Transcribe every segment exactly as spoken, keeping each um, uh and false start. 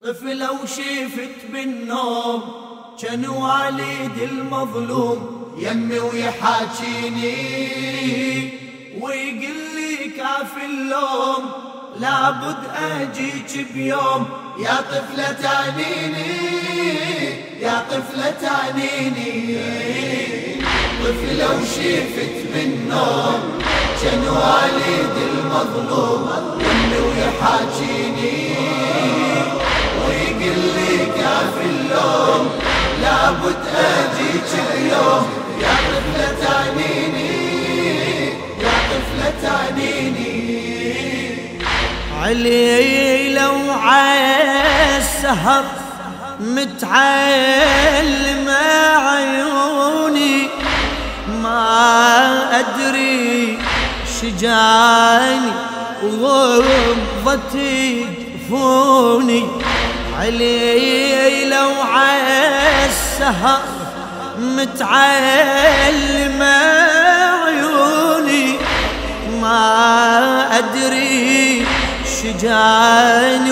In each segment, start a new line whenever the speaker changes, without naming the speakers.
طفلة وشفت بالنوم كان والد المظلوم يمي ويحاكيني ويقول لي كاف اللوم لابد اجيك بيوم يا طفلة تعنيني يا طفلة تعنيني. طفلة وشفت بالنوم كان والد المظلوم يمي ويحاكيني ويقول لي كاف اللوم لابد اجيك اليوم يا طفلة تعنيني يا طفلة تعنيني.
علي لو عالسهر متعلم عيوني ما أدري شجاني وغضتي جفوني. علي لو عالسهر متعلم عيوني ما أدري شجاني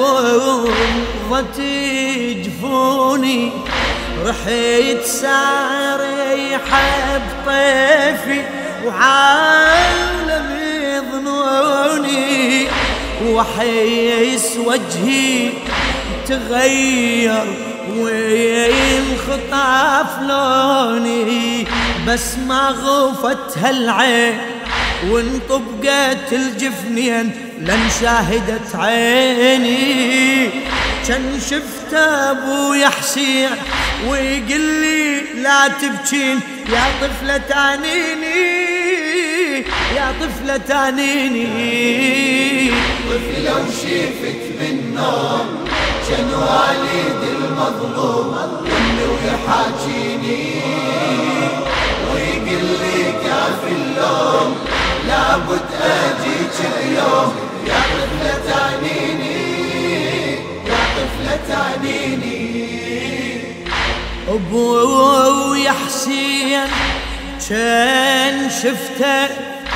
وغضتي جفوني. رحيت ساريحة بطيفي وعالم ظنوني وحيس وجهي تغير وينخطف لوني بس ما غفت هالعين وانطبقت الجفنين لن شاهدت عيني. كان شفت ابويا حسين ويقول لي لا تبكين يا طفلة تعنيني يا طفلة تعنيني.
طفلة وشفت بالنوم كان والد المظلوم يمي ويحاكيني ويقول لي كاف اللوم لابد اجيك اليوم يا طفلة تعنيني يا طفلة تعنيني.
ابويا حسين كان شفته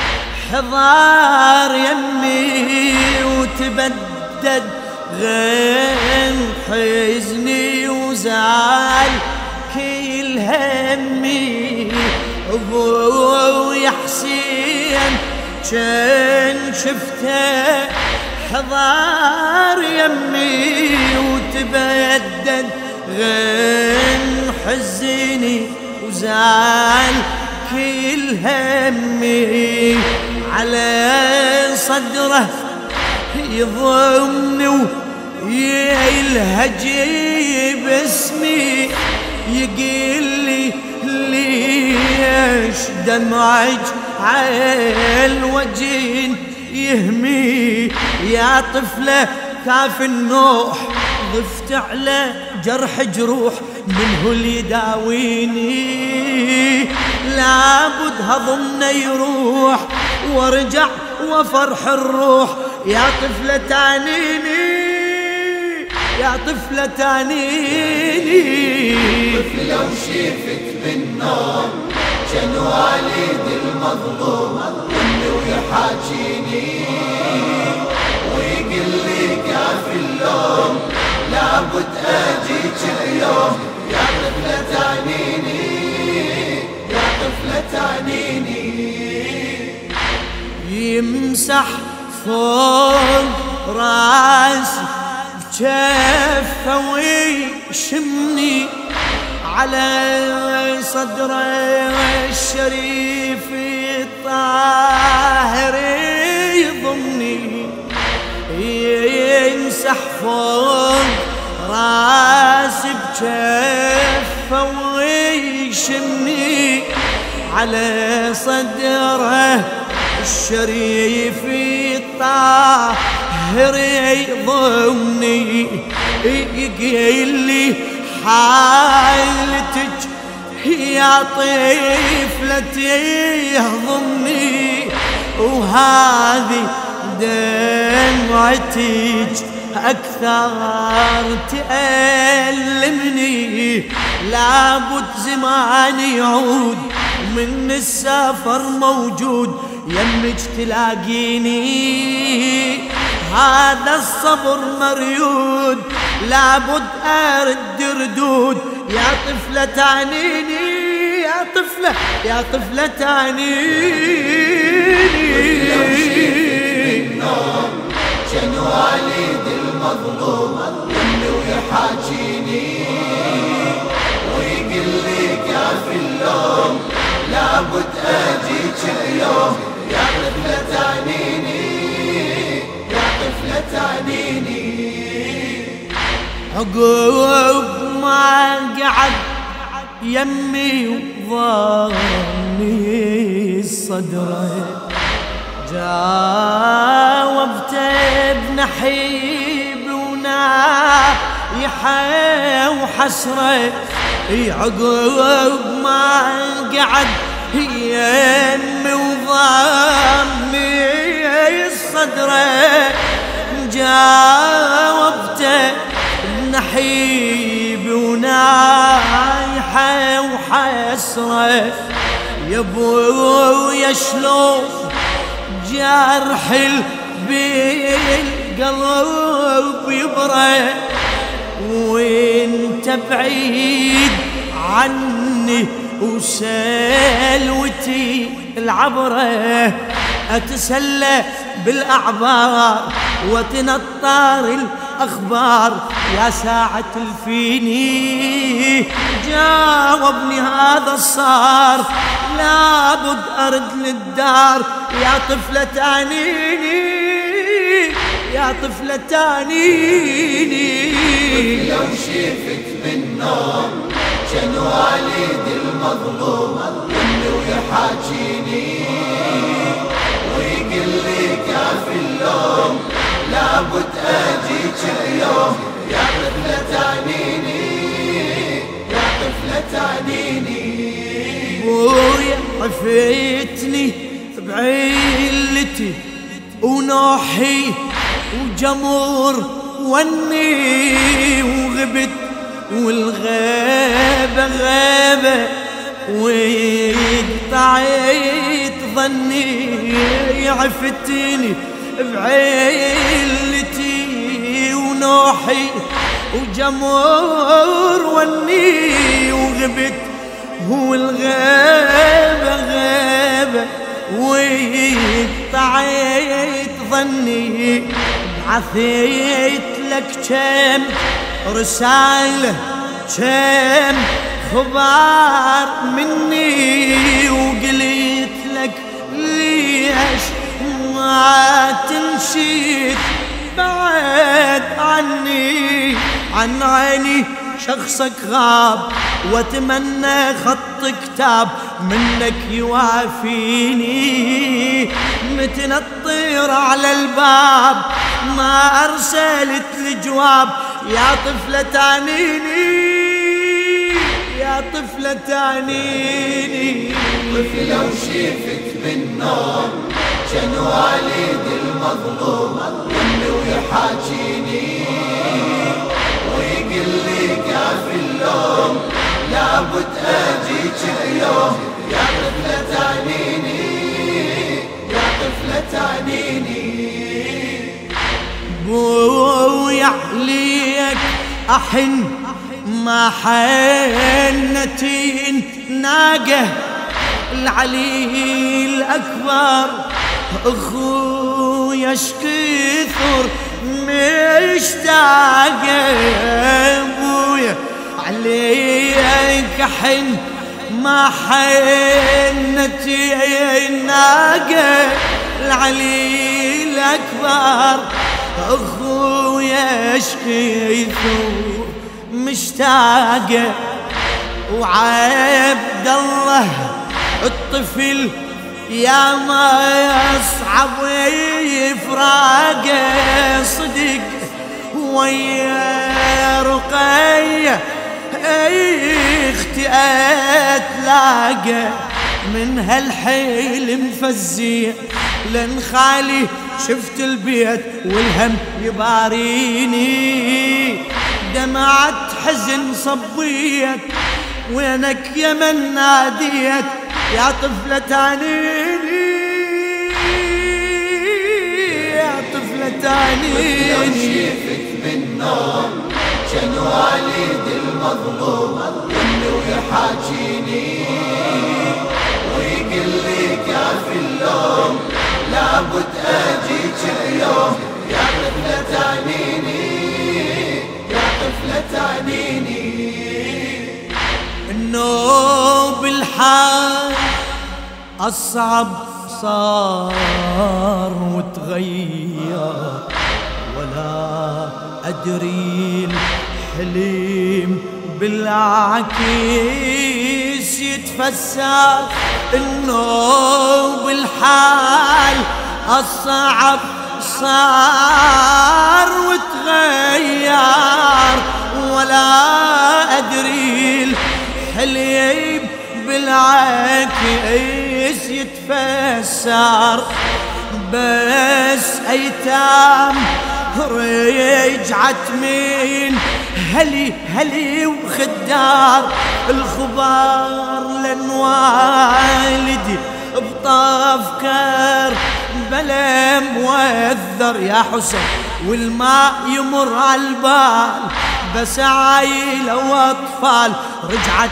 حضار يمي وتبدد غيم حزني وزعل كل همي. ابويا حسين كان شفته حضار يمي وتبدد غيم حزني وزعل كل همي. على صدره يضمني ويلهج باسمي يقول لي ليش دمعك عالوجه يهمي. يا طفلة كاف النوح ضفت على جرح جروح منه اللي يداويني لابد هضمنا يروح وارجع وفرح الروح يا طفلة تعنيني يا طفلة تعنيني.
طفلة وشفت بالنوم كان والد المظلوم يمي ويحاكيني ويقول لي كاف اللوم لابد اجيك اليوم يا طفلة تعنيني يا طفلة تعنيني.
يمسح فوق راسي بجفه ويشمني على صدره الشريف الطاهر يضمني. يمسح فوق راسي بجفه ويشمني على صدره الشريف الطاهر يضمني. يقول لي حالتك يا طفلتي يهضمني وهذه دمعتك أكثر تألمني. لابد زمان يعود من السفر موجود يمك تلاقيني هذا الصبر مريود لابد أرد ردود. يا طفلة تعنيني يا طفلة يا طفلة تعنيني.
لو شفت بالنوم جن والد المظلوم يمي ويحاجيني ويقول لي كافي اللوم لابد أجيك اليوم. يا طفلة تعنيني يا طفلة تعنيني.
عقب ما قعد يمي وضامي الصدر جاوبته بنحيب ونايحة وحسرة. عقب ما قعد يمي وضامي الصدر جاوبته نحيب ونايحة وحسرة. يا ابويا شلون جرح بالقلب يبرى وانت بعيد عني وسلوتي العبرة. أتسلى بالأعبار وتنطر الأخبار يا ساعة الفيني جاوبني هذا الصار. لابد أرد للدار يا طفلة تعنيني يا طفلة تعنيني.
لو شفت بالنوم جن والد المظلوم يمي ويحاجيني ويقول لي كافي اللوم لابد أجيك اليوم. يا طفلة تعنيني يا طفلة تعنيني.
بويا عفتني بعيلتي ونوحي وجمور وني وغبت والغابة غابة وقطعت ظني. عفتني بعيلتي ونوحي وجمور وني وغبت والغابة غابة وقطعت ظني. بعثيت لك كم رسالة كم خبر مني وقلت لك ليش ما تمشيت بعد عني عن عيني. شخصك غاب واتمنى خط كتاب منك يوافيني. متنطر على الباب ما أرسلت الجواب يا طفلة تعنيني يا طفلة تعنيني.
طفل لو شفت بالنوم جن والد المظلوم يمي ويحاجيني ويقول لي كافي اللوم لابد أجيك اليوم. يا طفلة تعنيني يا طفلة تعنيني.
بويا عليك أحن ما حنتي ناقة العلي الأكبر أخويا شكثر مشتاقة. بويا عليك حن ما حنتي ناقة العلي الأكبر أخويا شكثر مشتاقة. وعبد الله الطفل يا ما يصعب يفراقه صدق ويا رقية اختي اتلاقى من هالحيل مفزية لن خالي شفت البيت والهم يباريني دمعت حزن صبيت وينك يا من ناديت يا طفلة عنيني يا طفلة عنيني
لو شفت بالنوم كان والد المظلوم يمني ويحاجيني ويقول لي كافي اللوم لابد اجيك اليوم يا طفلة عنيني يا طفلة عنيني.
النوب الحال أصعب صار وتغير ولا أدري الحليم بالعكيس يتفسر. النوب الحال أصعب صار وتغير ولا أدري الحليم بالعكيس يتفسر. بس أيتام رجعت من هلي هلي وخدار الخبار لن والدي بطاف كربلا موذر يا حسين والماء يمر عالبال بس عايلة واطفال رجعت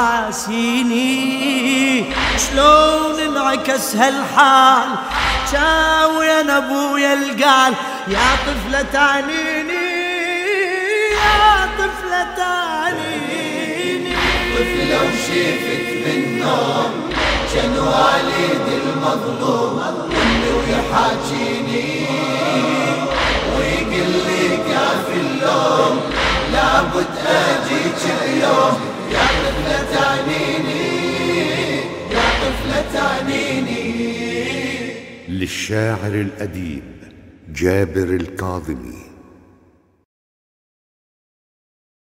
تواسيني. شلون انعكس هالحال شاوي انا ابويا القال يا طفلة عنيني يا طفلة عنيني.
طفلة وشيفت بالنوم كان والد المظلوم يمني ويحاجيني ويقول لي كافي اللوم لابد اجيك اليوم يا طفلة عنيني يا طفلة عنيني.
للشاعر الأديب جابر الكاظمي.